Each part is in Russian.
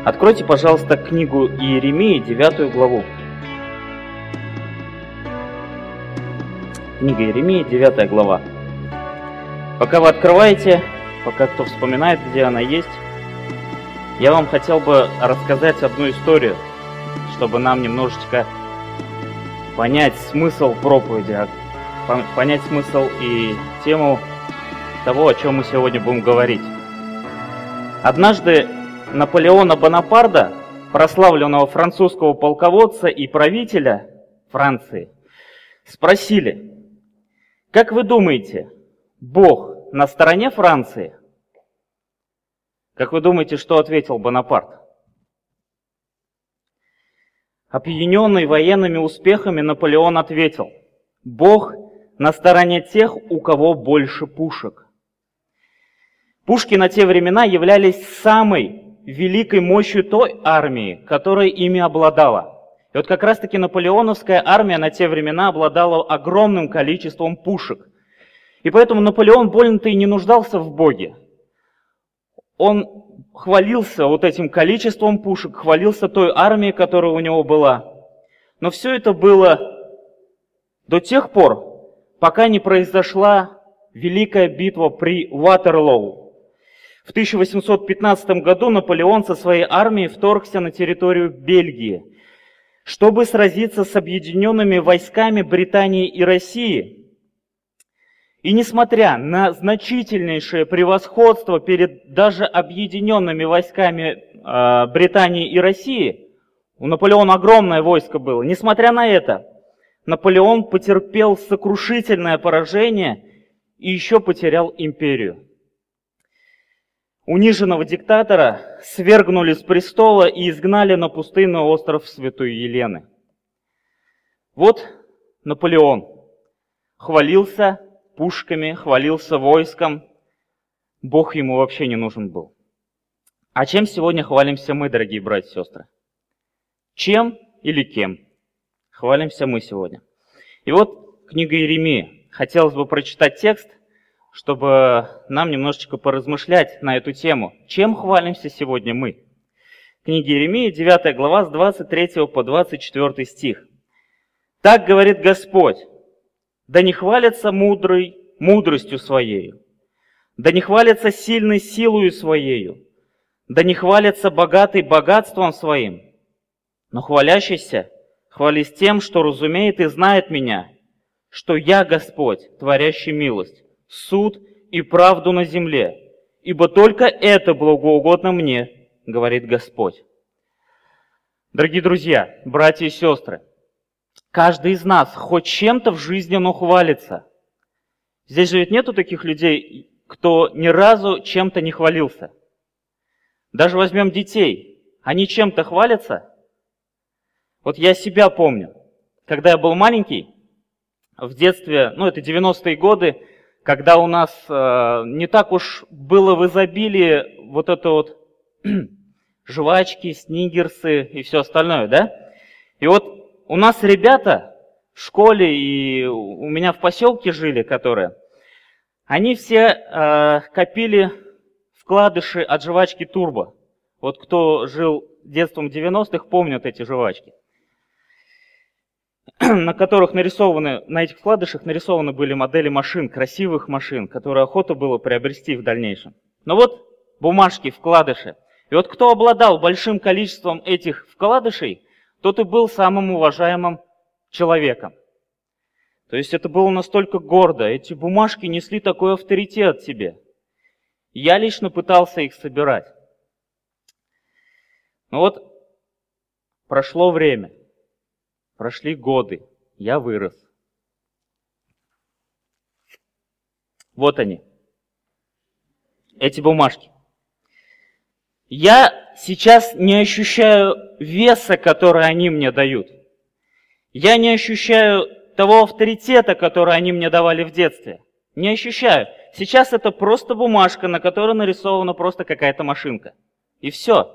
Откройте, пожалуйста, книгу Иеремии, 9 главу. Книга Иеремии, 9 глава. Пока вы открываете, пока кто вспоминает, где она есть, я вам хотел бы рассказать одну историю, чтобы нам немножечко понять смысл проповеди, понять смысл и тему того, о чем мы сегодня будем говорить. Однажды Наполеона Бонапарта, прославленного французского полководца и правителя Франции, спросили: «Как вы думаете, Бог на стороне Франции?» Как вы думаете, что ответил Бонапарт? Опьяненный военными успехами, Наполеон ответил: «Бог на стороне тех, у кого больше пушек». Пушки на те времена являлись самой великой мощью той армии, которая ими обладала. И вот как раз-таки наполеоновская армия на те времена обладала огромным количеством пушек. И поэтому Наполеон больно-то и не нуждался в Боге. Он хвалился вот этим количеством пушек, хвалился той армией, которая у него была. Но все это было до тех пор, пока не произошла великая битва при Ватерлоу. В 1815 году Наполеон со своей армией вторгся на территорию Бельгии, чтобы сразиться с объединенными войсками Британии и России. И несмотря на значительнейшее превосходство перед даже объединенными войсками Британии и России, у Наполеона огромное войско было, несмотря на это, Наполеон потерпел сокрушительное поражение и еще потерял империю. Униженного диктатора свергнули с престола и изгнали на пустынный остров Святой Елены. Вот Наполеон хвалился пушками, хвалился войском. Бог ему вообще не нужен был. А чем сегодня хвалимся мы, дорогие братья и сестры? Чем или кем хвалимся мы сегодня? И вот книга Иеремии. Хотелось бы прочитать текст, чтобы нам немножечко поразмышлять на эту тему. Чем хвалимся сегодня мы? Книга Иеремии, 9 глава, с 23 по 24 стих. «Так говорит Господь: да не хвалится мудрый мудростью своею, да не хвалится сильный силою своею, да не хвалится богатый богатством своим, но хвалящийся хвались тем, что разумеет и знает меня, что я Господь, творящий милость, суд и правду на земле, ибо только это благоугодно мне, говорит Господь». Дорогие друзья, братья и сестры, каждый из нас хоть чем-то в жизни, но хвалится. Здесь же ведь нету таких людей, кто ни разу чем-то не хвалился. Даже возьмем детей, они чем-то хвалятся. Вот я себя помню, когда я был маленький, в детстве, это 90-е годы, когда у нас не так уж было в изобилии вот это вот жвачки, сникерсы и все остальное, да? И вот у нас ребята в школе и у меня в поселке жили, которые, они все копили вкладыши от жвачки Турбо. Вот кто жил детством 90-х, помнят эти жвачки, на которых нарисованы, на этих вкладышах нарисованы были модели машин, красивых машин, которые охота было приобрести в дальнейшем. Но вот бумажки, вкладыши. И вот кто обладал большим количеством этих вкладышей, тот и был самым уважаемым человеком. То есть это было настолько гордо, эти бумажки несли такой авторитет тебе. Я лично пытался их собирать. Но вот прошло время. Прошли годы, я вырос. Вот они, эти бумажки. Я сейчас не ощущаю веса, который они мне дают. Я не ощущаю того авторитета, который они мне давали в детстве. Не ощущаю. Сейчас это просто бумажка, на которой нарисована просто какая-то машинка. И все.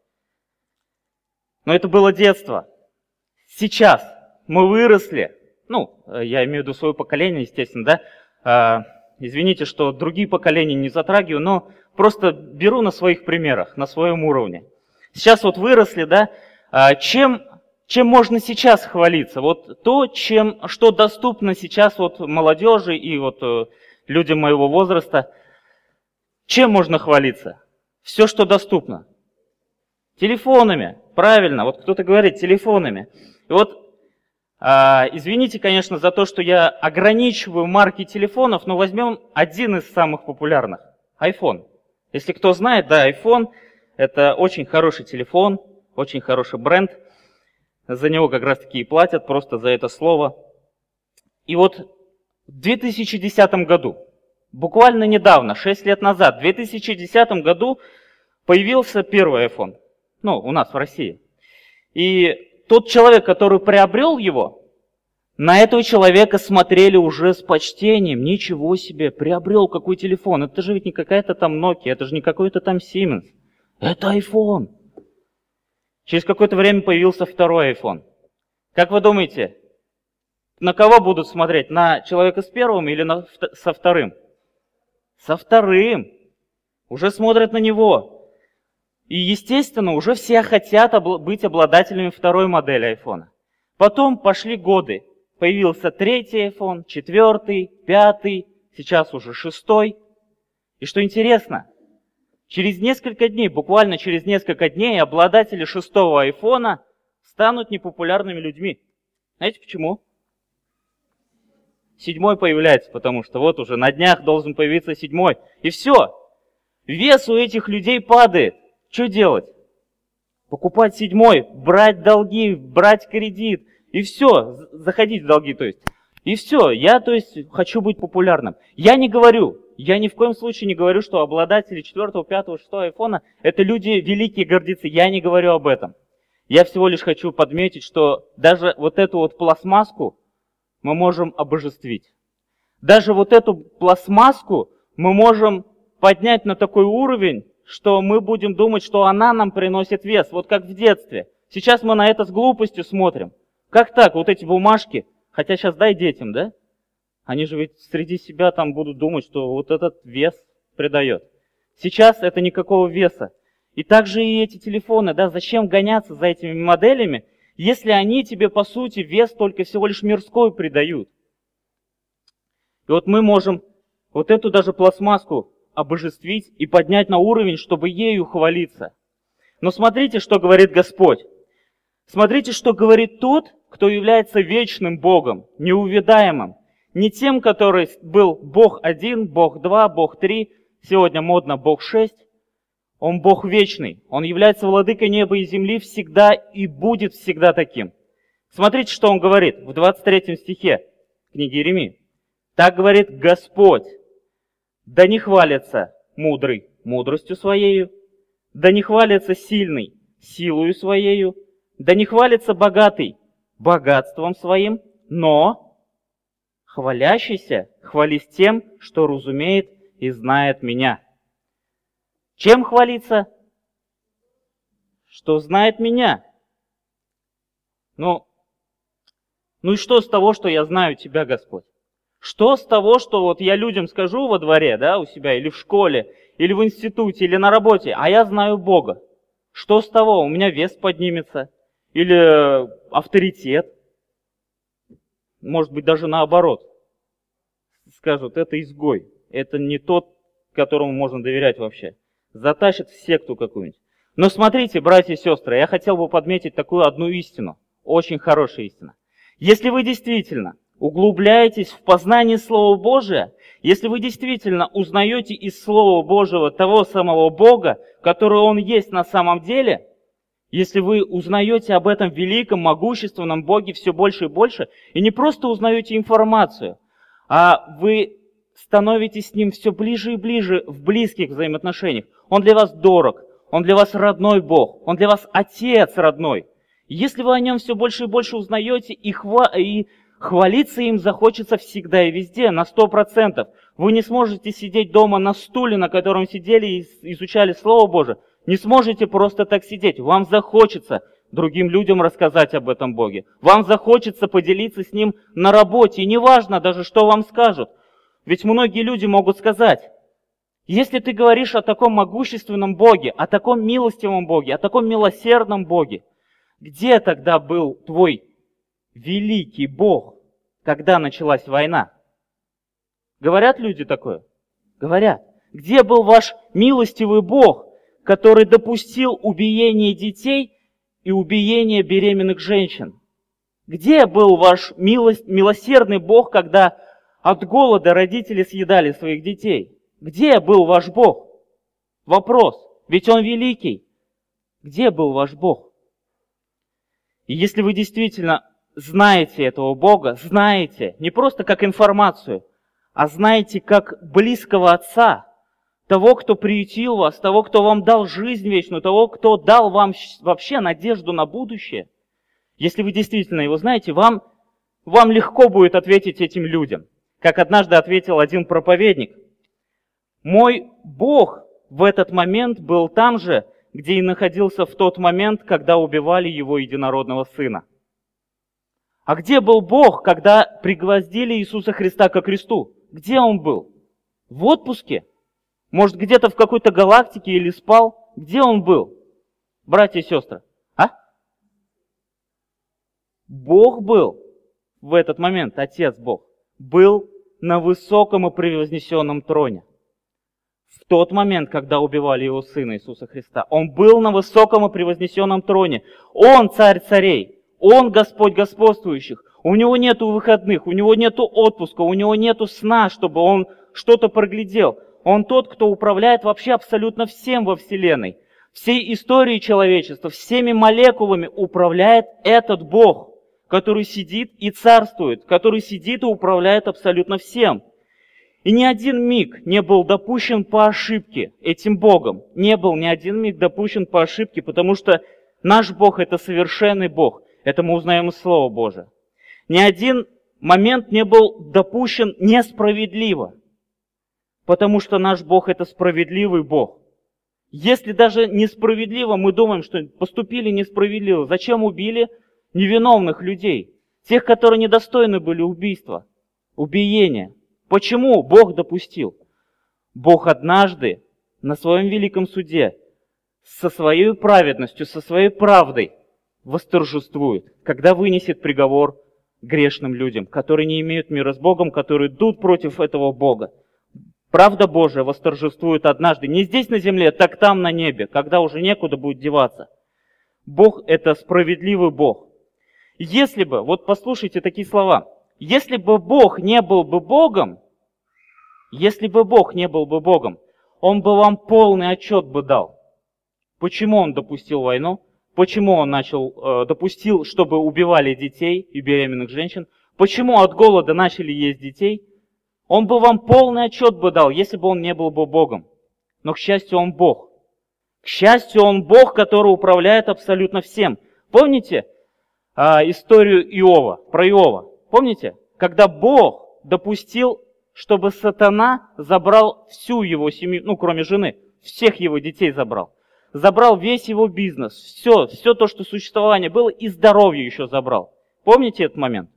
Но это было детство. Сейчас мы выросли, я имею в виду свое поколение, естественно, да, извините, что другие поколения не затрагиваю, но просто беру на своих примерах, на своем уровне. Сейчас вот выросли, да? Чем можно сейчас хвалиться? Вот то, что доступно сейчас вот молодежи и вот людям моего возраста. Чем можно хвалиться? Все, что доступно. Телефонами, правильно. Вот кто-то говорит телефонами. И вот, извините, конечно, за то, что я ограничиваю марки телефонов, но возьмем один из самых популярных. iPhone. Если кто знает, да, iPhone – это очень хороший телефон, очень хороший бренд. За него как раз таки и платят, просто за это слово. И вот в 2010 году, буквально недавно, 6 лет назад, в 2010 году появился первый iPhone. Ну, у нас в России. И тот человек, который приобрел его, на этого человека смотрели уже с почтением. Ничего себе, приобрел какой телефон. Это же ведь не какая-то там Nokia, это же не какой-то там Siemens. Это iPhone. Через какое-то время появился второй iPhone. Как вы думаете, на кого будут смотреть? На человека с первым или со вторым? Со вторым. Уже смотрят на него. И, естественно, уже все хотят быть обладателями второй модели айфона. Потом пошли годы. Появился третий iPhone, четвертый, пятый, сейчас уже шестой. И что интересно, через несколько дней, буквально через несколько дней, обладатели шестого айфона станут непопулярными людьми. Знаете почему? Седьмой появляется, потому что вот уже на днях должен появиться седьмой. И все. Вес у этих людей падает. Что делать? Покупать седьмой, брать долги, брать кредит. И все. Заходить в долги, то есть. И все. Я, то есть, хочу быть популярным. Я ни в коем случае не говорю, что обладатели 4, 5, 6 айфона это люди великие гордецы. Я не говорю об этом. Я всего лишь хочу подметить, что даже вот эту вот пластмасску мы можем обожествить. Даже вот эту пластмасску мы можем поднять на такой уровень, что мы будем думать, что она нам приносит вес. Вот как в детстве. Сейчас мы на это с глупостью смотрим. Как так? Вот эти бумажки. Хотя сейчас дай детям, да? Они же ведь среди себя там будут думать, что вот этот вес придает. Сейчас это никакого веса. И также и эти телефоны, да, зачем гоняться за этими моделями, если они тебе, по сути, вес только всего лишь мирской придают. И вот мы можем вот эту даже пластмасску обожествить и поднять на уровень, чтобы ею хвалиться. Но смотрите, что говорит Господь. Смотрите, что говорит тот, кто является вечным Богом, неувядаемым. Не тем, который был Бог 1, Бог 2, Бог 3, сегодня модно Бог 6. Он Бог вечный. Он является владыкой неба и земли всегда и будет всегда таким. Смотрите, что он говорит в 23 стихе книги Иеремии. Так говорит Господь. Да не хвалится мудрый мудростью своею, да не хвалится сильный силою своею, да не хвалится богатый богатством своим, но хвалящийся хвались тем, что разумеет и знает меня. Чем хвалиться? Что знает меня. Ну и что с того, что я знаю тебя, Господь? Что с того, что вот я людям скажу во дворе, да, у себя, или в школе, или в институте, или на работе, а я знаю Бога? Что с того? У меня вес поднимется. Или авторитет. Может быть, даже наоборот. Скажут, это изгой. Это не тот, которому можно доверять вообще. Затащит в секту какую-нибудь. Но смотрите, братья и сестры, я хотел бы подметить такую одну истину. Очень хорошая истина. Если вы действительно углубляетесь в познание Слова Божия, если вы действительно узнаете из Слова Божьего того самого Бога, который Он есть на самом деле, если вы узнаете об этом великом, могущественном Боге все больше и больше, и не просто узнаете информацию, а вы становитесь с Ним все ближе и ближе в близких взаимоотношениях. Он для вас дорог, Он для вас родной Бог, Он для вас Отец родной. Если вы о Нем все больше и больше узнаете, и хвалиться им захочется всегда и везде, на 100%. Вы не сможете сидеть дома на стуле, на котором сидели и изучали Слово Божие. Не сможете просто так сидеть. Вам захочется другим людям рассказать об этом Боге. Вам захочется поделиться с Ним на работе. И неважно даже, что вам скажут. Ведь многие люди могут сказать: Если ты говоришь о таком могущественном Боге, о таком милостивом Боге, о таком милосердном Боге, где тогда был твой великий Бог, когда началась война? Говорят люди такое? Говорят. Где был ваш милостивый Бог, который допустил убиение детей и убиение беременных женщин? Где был ваш милосердный Бог, когда от голода родители съедали своих детей? Где был ваш Бог? Вопрос. Ведь Он великий. Где был ваш Бог? И если вы действительно знаете этого Бога, знаете, не просто как информацию, а знаете как близкого Отца, того, кто приютил вас, того, кто вам дал жизнь вечную, того, кто дал вам вообще надежду на будущее, если вы действительно Его знаете, вам легко будет ответить этим людям. Как однажды ответил один проповедник: «Мой Бог в этот момент был там же, где и находился в тот момент, когда убивали Его единородного Сына». А где был Бог, когда пригвоздили Иисуса Христа ко кресту? Где Он был? В отпуске? Может, где-то в какой-то галактике или спал? Где Он был? Братья и сестры, а? Бог был в этот момент, Отец Бог, был на высоком и превознесенном троне. В тот момент, когда убивали Его Сына Иисуса Христа, Он был на высоком и превознесенном троне. Он Царь царей. Он Господь господствующих. У Него нету выходных, у Него нету отпуска, у Него нету сна, чтобы Он что-то проглядел. Он тот, кто управляет вообще абсолютно всем во Вселенной. Всей историей человечества, всеми молекулами управляет этот Бог, который сидит и царствует, который сидит и управляет абсолютно всем. И ни один миг не был допущен по ошибке этим Богом. Не был ни один миг допущен по ошибке, потому что наш Бог — это совершенный Бог. Это мы узнаем из Слова Божия. Ни один момент не был допущен несправедливо, потому что наш Бог — это справедливый Бог. Если даже несправедливо, мы думаем, что поступили несправедливо, зачем убили невиновных людей, тех, которые недостойны были убийства, убиения? Почему Бог допустил? Бог однажды на своем великом суде со своей праведностью, со своей правдой восторжествует, когда вынесет приговор грешным людям, которые не имеют мира с Богом, которые идут против этого Бога. Правда Божия восторжествует однажды не здесь на земле, так там на небе, когда уже некуда будет деваться. Бог — это справедливый Бог. Если бы, вот послушайте такие слова, если бы Бог не был бы Богом, если бы Бог не был бы Богом, Он бы вам полный отчет бы дал. Почему Он допустил войну? Почему Он допустил, чтобы убивали детей и беременных женщин? Почему от голода начали есть детей? Он бы вам полный отчет бы дал, если бы Он не был бы Богом. Но, к счастью, Он Бог. К счастью, Он Бог, который управляет абсолютно всем. Помните историю Иова, про Иова? Помните? Когда Бог допустил, чтобы сатана забрал всю его семью, кроме жены, всех его детей забрал. Забрал весь его бизнес, все то, что существование было, и здоровье еще забрал. Помните этот момент?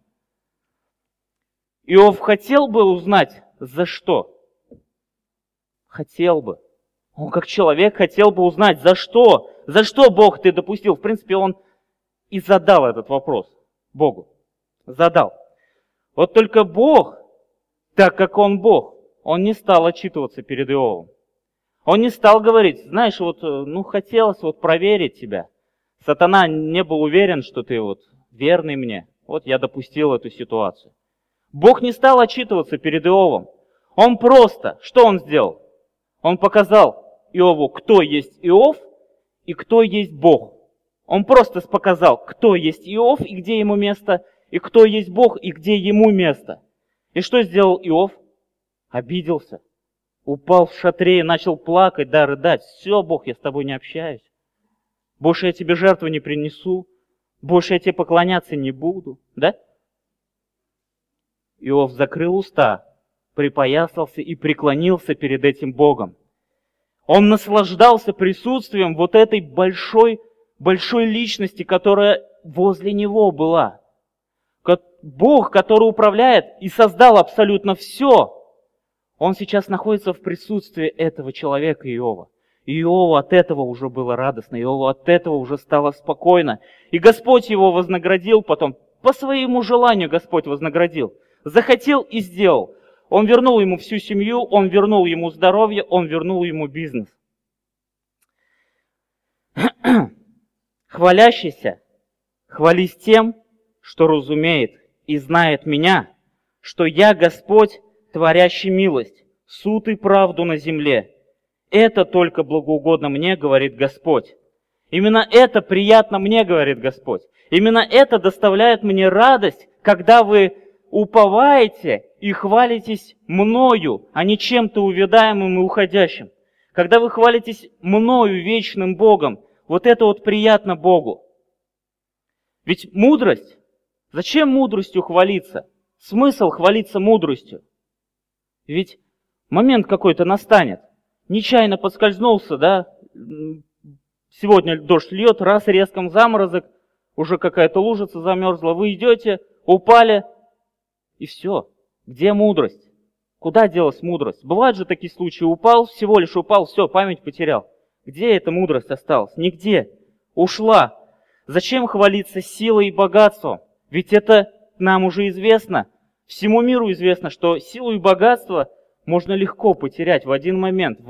Иов хотел бы узнать, за что? Хотел бы. Он как человек хотел бы узнать, за что? За что, Бог, ты допустил? В принципе, он и задал этот вопрос Богу. Задал. Вот только Бог, так как Он Бог, Он не стал отчитываться перед Иовом. Он не стал говорить, знаешь, хотелось проверить тебя. Сатана не был уверен, что ты верный мне. Вот я допустил эту ситуацию. Бог не стал отчитываться перед Иовом. Он просто, что Он сделал? Он показал Иову, кто есть Иов и кто есть Бог. Он просто показал, кто есть Иов и где ему место, и кто есть Бог и где ему место. И что сделал Иов? Обиделся. Упал в шатре и начал плакать, рыдать. Все, Бог, я с тобой не общаюсь. Больше я тебе жертву не принесу. Больше я тебе поклоняться не буду. Да? Иов закрыл уста, припоясался и преклонился перед этим Богом. Он наслаждался присутствием этой большой личности, которая возле него была. Бог, который управляет и создал абсолютно все, Он сейчас находится в присутствии этого человека Иова. И Иову от этого уже было радостно, Иову от этого уже стало спокойно. И Господь его вознаградил потом, по своему желанию Господь вознаградил. Захотел и сделал. Он вернул ему всю семью, он вернул ему здоровье, он вернул ему бизнес. Хвалящийся, хвались тем, что разумеет и знает меня, что я Господь, творящий милость, суд и правду на земле. Это только благоугодно мне, говорит Господь. Именно это приятно мне, говорит Господь. Именно это доставляет мне радость, когда вы уповаете и хвалитесь мною, а не чем-то увядаемым и уходящим. Когда вы хвалитесь мною, вечным Богом, вот это вот приятно Богу. Ведь мудрость, зачем мудростью хвалиться? Смысл хвалиться мудростью? Ведь момент какой-то настанет. Нечаянно подскользнулся, да? Сегодня дождь льет, раз резком заморозок, уже какая-то лужица замерзла, вы идете, упали, и все. Где мудрость? Куда делась мудрость? Бывают же такие случаи, упал, всего лишь упал, все, память потерял. Где эта мудрость осталась? Нигде. Ушла. Зачем хвалиться силой и богатством? Ведь это нам уже известно, всему миру известно, что силу и богатство можно легко потерять в один момент,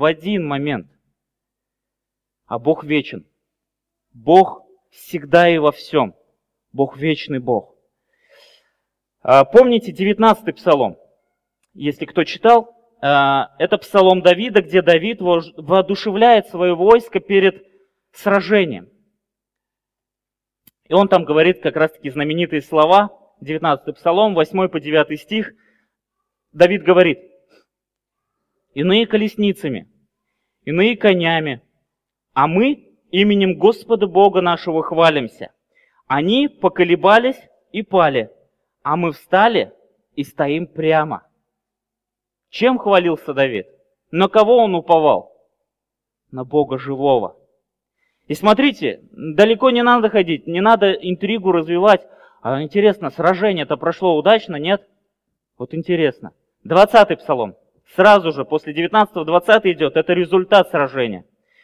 А Бог вечен. Бог всегда и во всем. Бог вечный Бог. Помните 19-й псалом? Если кто читал, это псалом Давида, где Давид воодушевляет свое войско перед сражением. И он там говорит как раз-таки знаменитые слова, 19-й псалом, 8 по 9 стих. Давид говорит: «Иные колесницами, иные конями, а мы именем Господа Бога нашего хвалимся. Они поколебались и пали, а мы встали и стоим прямо». Чем хвалился Давид? На кого он уповал? На Бога живого. И смотрите, далеко не надо ходить, не надо интригу развивать. А интересно, сражение-то прошло удачно, нет? Вот интересно. 20-й псалом. Сразу же после 19-го 20-й идет. Это результат сражения.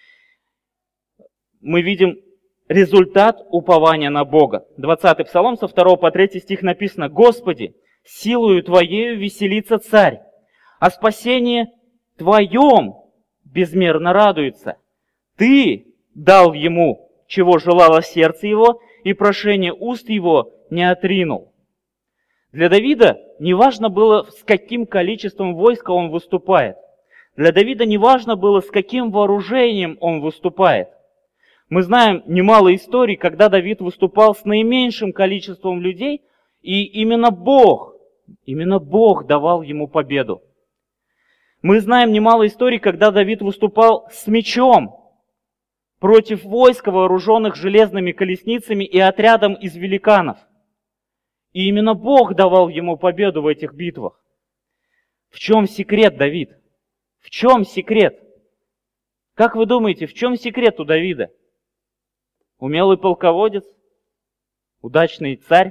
Мы видим результат упования на Бога. 20-й псалом со 2 по 3 стих написано: «Господи, силою Твоею веселится царь, о спасении Твоем безмерно радуется. Ты дал ему, чего желало сердце его, и прошение уст его не отринул». Для Давида не важно было, с каким количеством войска он выступает. Для Давида не важно было, с каким вооружением он выступает. Мы знаем немало историй, когда Давид выступал с наименьшим количеством людей, и именно Бог давал ему победу. Мы знаем немало историй, когда Давид выступал с мечом против войск, вооруженных железными колесницами и отрядом из великанов. И именно Бог давал ему победу в этих битвах. В чем секрет, Давид? В чем секрет? Как вы думаете, в чем секрет у Давида? Умелый полководец? Удачный царь?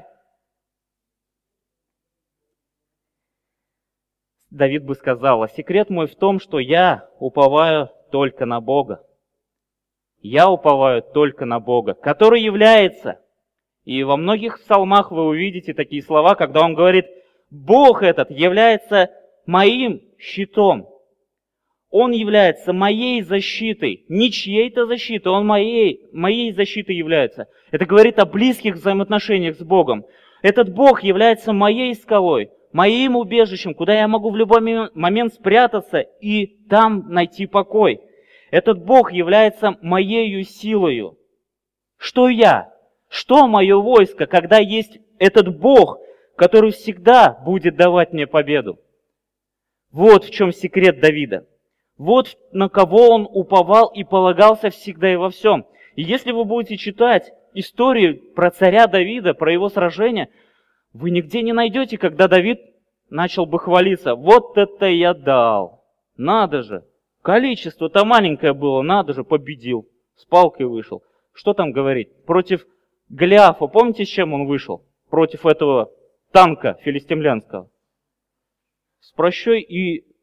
Давид бы сказал: а секрет мой в том, что я уповаю только на Бога. Я уповаю только на Бога, который является. И во многих псалмах вы увидите такие слова, когда он говорит: Бог этот является моим щитом. Он является моей защитой, не чьей-то защитой, он моей защитой является. Это говорит о близких взаимоотношениях с Богом. Этот Бог является моей скалой, моим убежищем, куда я могу в любой момент спрятаться и там найти покой. Этот Бог является моею силою. Что я? Что мое войско, когда есть этот Бог, который всегда будет давать мне победу? Вот в чем секрет Давида. Вот на кого он уповал и полагался всегда и во всем. И если вы будете читать историю про царя Давида, про его сражения, вы нигде не найдете, когда Давид начал бы хвалиться: вот это я дал, надо же, количество-то маленькое было, надо же, победил, с палкой вышел. Что там говорить? Против Голиафа, помните, с чем он вышел? Против этого танка филистимлянского. С прощой и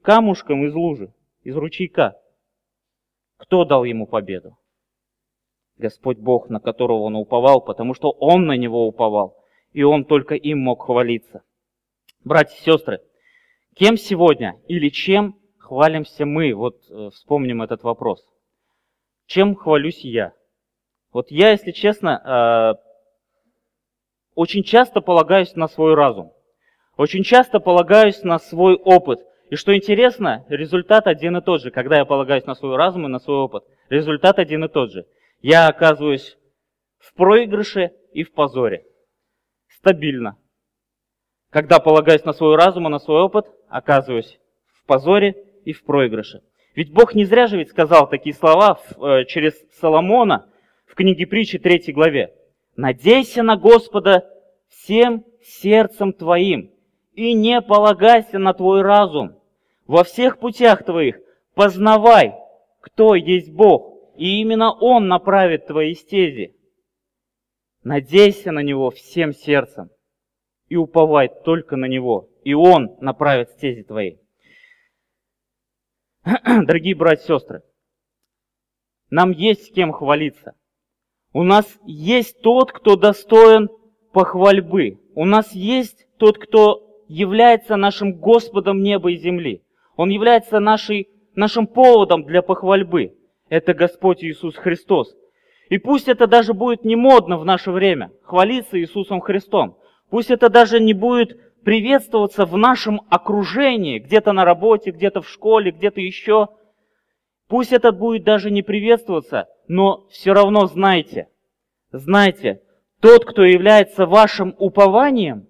камушком из лужи, из ручейка. Кто дал ему победу? Господь Бог, на которого он уповал, потому что он на него уповал, и он только им мог хвалиться. Братья и сестры, кем сегодня или чем хвалимся мы? Вот вспомним этот вопрос. Чем хвалюсь я? Вот я, если честно, очень часто полагаюсь на свой разум. Очень часто полагаюсь на свой опыт. И что интересно, результат один и тот же. Когда я полагаюсь на свой разум и на свой опыт, результат один и тот же. Я оказываюсь в проигрыше и в позоре. Стабильно. Когда полагаюсь на свой разум и на свой опыт, оказываюсь в позоре и в проигрыше. Ведь Бог не зря же ведь сказал такие слова через Соломона в книге Притчи 3 главе. «Надейся на Господа всем сердцем твоим, и не полагайся на твой разум. Во всех путях твоих познавай, кто есть Бог, и именно Он направит твои стези. Надейся на Него всем сердцем и уповай только на Него, и Он направит стези твои». Дорогие братья и сестры, нам есть с кем хвалиться. У нас есть тот, кто достоин похвальбы. У нас есть тот, кто является нашим Господом неба и земли. Он является нашим поводом для похвальбы. Это Господь Иисус Христос. И пусть это даже будет не модно в наше время, хвалиться Иисусом Христом. Пусть это даже не будет приветствоваться в нашем окружении, где-то на работе, где-то в школе, где-то еще. Пусть это будет даже не приветствоваться, но все равно знайте, тот, кто является вашим упованием,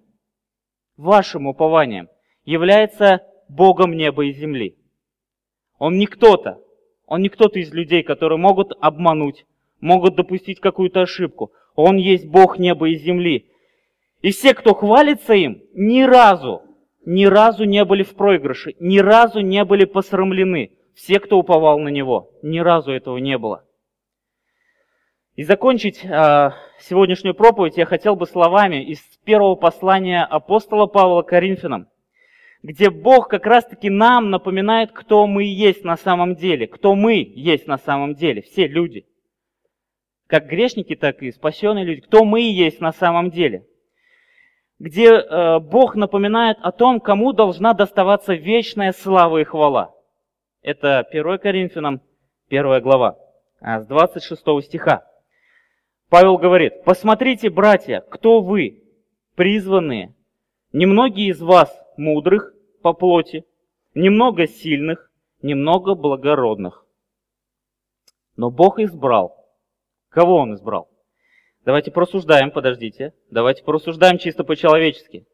является Богом неба и земли. Он не кто-то из людей, которые могут обмануть, могут допустить какую-то ошибку. Он есть Бог неба и земли. И все, кто хвалится им, ни разу не были в проигрыше, ни разу не были посрамлены. Все, кто уповал на Него, ни разу этого не было. И закончить сегодняшнюю проповедь я хотел бы словами из первого послания апостола Павла к Коринфянам, где Бог как раз-таки нам напоминает, кто мы есть на самом деле, все люди. Как грешники, так и спасенные люди, кто мы есть на самом деле. Где Бог напоминает о том, кому должна доставаться вечная слава и хвала. Это 1 Коринфянам, 1 глава, с 26 стиха. Павел говорит: «Посмотрите, братья, кто вы, призванные, немногие из вас мудрых по плоти, немного сильных, немного благородных. Но Бог избрал». Кого Он избрал? Давайте порассуждаем, давайте порассуждаем чисто по-человечески.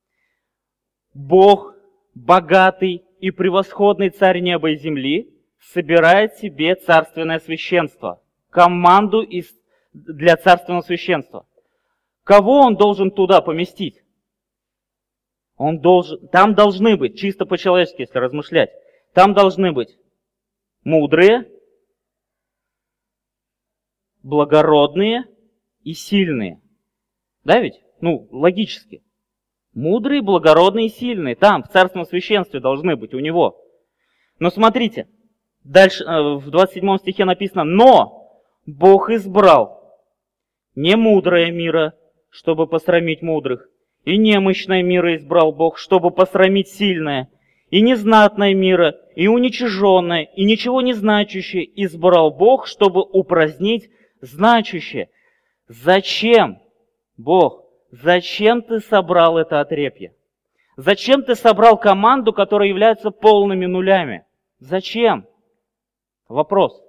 Бог, богатый и превосходный царь неба и земли, собирает себе царственное священство, команду для царственного священства. Кого Он должен туда поместить? Там должны быть, чисто по-человечески, если размышлять, там должны быть мудрые, благородные и сильные. Да ведь? Логически. Мудрые, благородные и сильные. Там, в царственном священстве должны быть у Него. Но смотрите, дальше в 27 стихе написано: «Но Бог избрал не мудрое мира, чтобы посрамить мудрых, и немощное мира избрал Бог, чтобы посрамить сильное, и незнатное мира, и уничиженное, и ничего не значащее избрал Бог, чтобы упразднить значащее». Зачем, Бог, зачем ты собрал это отрепье? Зачем ты собрал команду, которая является полными нулями? Зачем? Вопрос.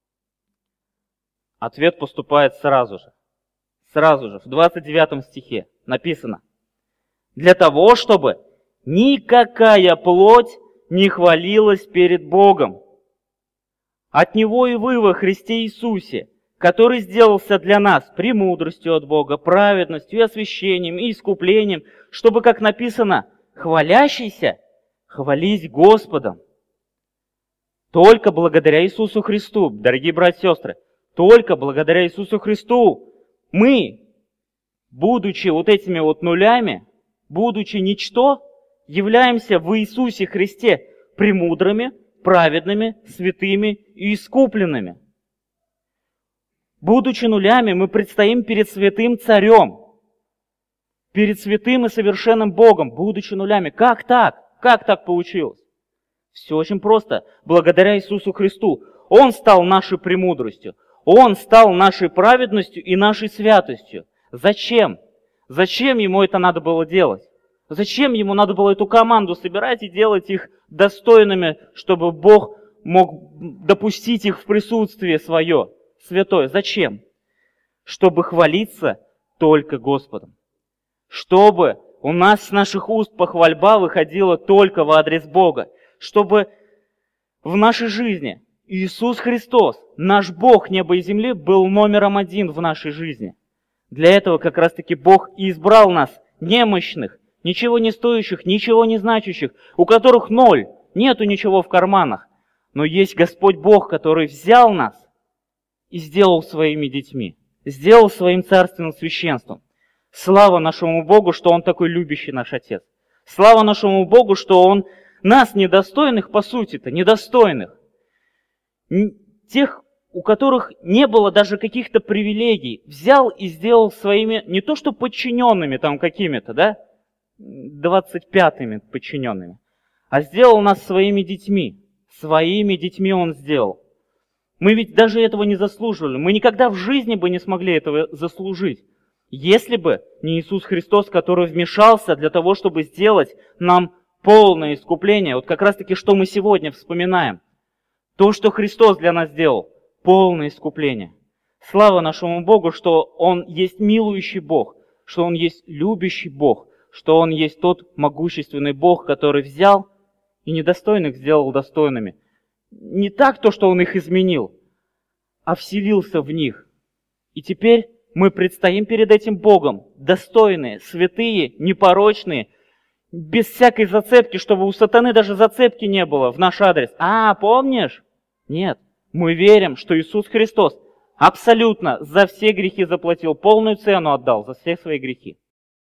Ответ поступает сразу же. В 29 стихе написано: «Для того, чтобы никакая плоть не хвалилась перед Богом. От Него и вы во Христе Иисусе, который сделался для нас премудростью от Бога, праведностью и освящением и искуплением, чтобы, как написано, хвалящийся хвались Господом». Только благодаря Иисусу Христу, дорогие братья и сестры, только благодаря Иисусу Христу мы, будучи вот этими вот нулями, будучи ничто, являемся в Иисусе Христе премудрыми, праведными, святыми и искупленными. Будучи нулями, мы предстоим перед святым царем, перед святым и совершенным Богом, будучи нулями. Как так? Как так получилось? Все очень просто. Благодаря Иисусу Христу. Он стал нашей премудростью. Он стал нашей праведностью и нашей святостью. Зачем? Зачем ему это надо было делать? Зачем ему надо было эту команду собирать и делать их достойными, чтобы Бог мог допустить их в присутствие свое, святое? Зачем? Чтобы хвалиться только Господом. Чтобы у нас с наших уст похвальба выходила только в адрес Бога. Чтобы в нашей жизни Иисус Христос, наш Бог неба и земли, был номером один в нашей жизни. Для этого как раз-таки Бог и избрал нас, немощных, ничего не стоящих, ничего не значащих, у которых ноль, нету ничего в карманах. Но есть Господь Бог, который взял нас и сделал своими детьми, сделал своим царственным священством. Слава нашему Богу, что Он такой любящий наш Отец. Слава нашему Богу, что Он нас, недостойных, по сути-то, недостойных, тех, у которых не было даже каких-то привилегий, взял и сделал своими, не то что подчиненными там какими-то, да, 25-ми подчиненными, а сделал нас своими детьми. Своими детьми Он сделал. Мы ведь даже этого не заслуживали. Мы никогда в жизни бы не смогли этого заслужить, если бы не Иисус Христос, который вмешался для того, чтобы сделать нам полное искупление. Вот как раз-таки, что мы сегодня вспоминаем. То, что Христос для нас сделал. Полное искупление. Слава нашему Богу, что Он есть милующий Бог, что Он есть любящий Бог, что Он есть тот могущественный Бог, который взял и недостойных сделал достойными. Не так то, что Он их изменил, а вселился в них. И теперь мы предстоим перед этим Богом, достойные, святые, непорочные, без всякой зацепки, чтобы у сатаны даже зацепки не было в наш адрес. Помнишь? Нет. Мы верим, что Иисус Христос абсолютно за все грехи заплатил, полную цену отдал за все свои грехи.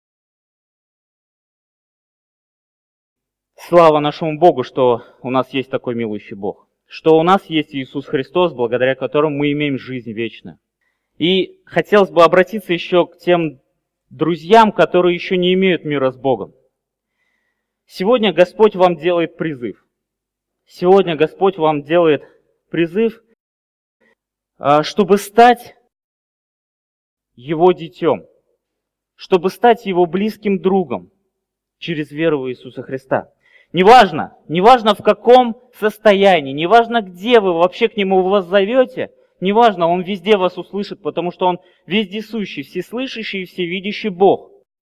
Слава нашему Богу, что у нас есть такой милующий Бог, что у нас есть Иисус Христос, благодаря которому мы имеем жизнь вечную. И хотелось бы обратиться еще к тем друзьям, которые еще не имеют мира с Богом. Сегодня Господь вам делает призыв. Сегодня Господь вам делает призыв, чтобы стать Его детем, чтобы стать Его близким другом через веру в Иисуса Христа. Неважно в каком состоянии, неважно где вы вообще к Нему воззовете, неважно, Он везде вас услышит, потому что Он вездесущий, всеслышащий и всевидящий Бог.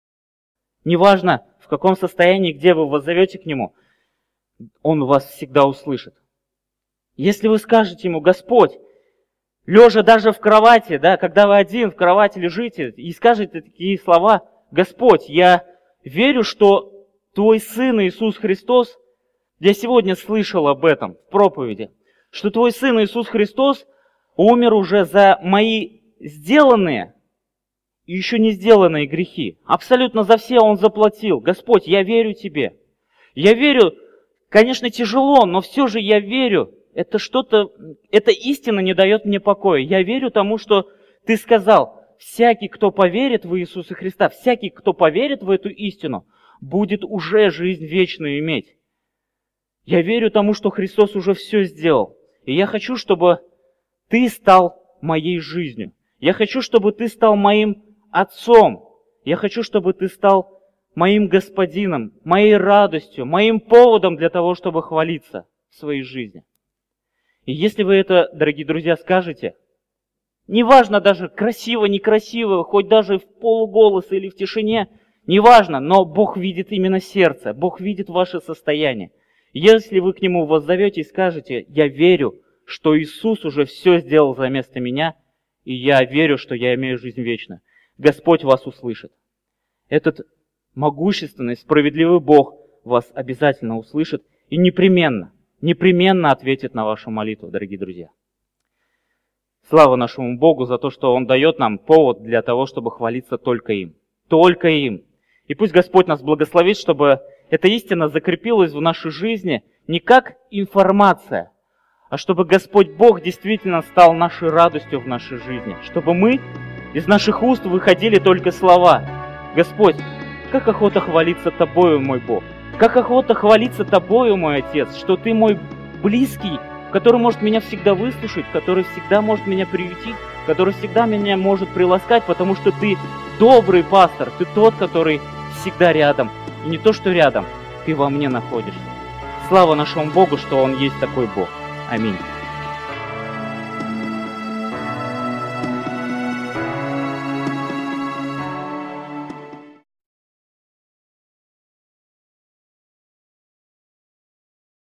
Неважно в каком состоянии, где вы воззовете к Нему, Он вас всегда услышит. Если вы скажете Ему: Господь, лежа даже в кровати, да, когда вы один в кровати лежите, и скажете такие слова: Господь, я верю, что Твой Сын Иисус Христос, я сегодня слышал об этом в проповеди, что Твой Сын Иисус Христос умер уже за мои сделанные и еще не сделанные грехи. Абсолютно за все Он заплатил. Господь, я верю Тебе. Я верю, конечно, тяжело, но все же я верю. Эта истина не дает мне покоя. Я верю тому, что Ты сказал: всякий, кто поверит в Иисуса Христа, всякий, кто поверит в эту истину, будет уже жизнь вечную иметь. Я верю тому, что Христос уже все сделал. И я хочу, чтобы Ты стал моей жизнью. Я хочу, чтобы Ты стал моим Отцом. Я хочу, чтобы Ты стал моим Господином, моей радостью, моим поводом для того, чтобы хвалиться в своей жизни. И если вы это, дорогие друзья, скажете, неважно даже красиво, некрасиво, хоть даже в полуголоса или в тишине, неважно, но Бог видит именно сердце, Бог видит ваше состояние. Если вы к Нему воззовете и скажете: я верю, что Иисус уже все сделал за место меня, и я верю, что я имею жизнь вечную, Господь вас услышит. Этот могущественный, справедливый Бог вас обязательно услышит и непременно ответит на вашу молитву, дорогие друзья. Слава нашему Богу за то, что Он дает нам повод для того, чтобы хвалиться только им. Только им. И пусть Господь нас благословит, чтобы эта истина закрепилась в нашей жизни не как информация, а чтобы Господь Бог действительно стал нашей радостью в нашей жизни, чтобы мы из наших уст выходили только слова: «Господь, как охота хвалиться Тобою, мой Бог! Как охота хвалиться Тобою, мой Отец, что Ты мой близкий, который может меня всегда выслушать, который всегда может меня приютить, который всегда меня может приласкать, потому что Ты добрый пастор, Ты тот, который всегда рядом. И не то, что рядом, Ты во мне находишься». Слава нашему Богу, что Он есть такой Бог. Аминь.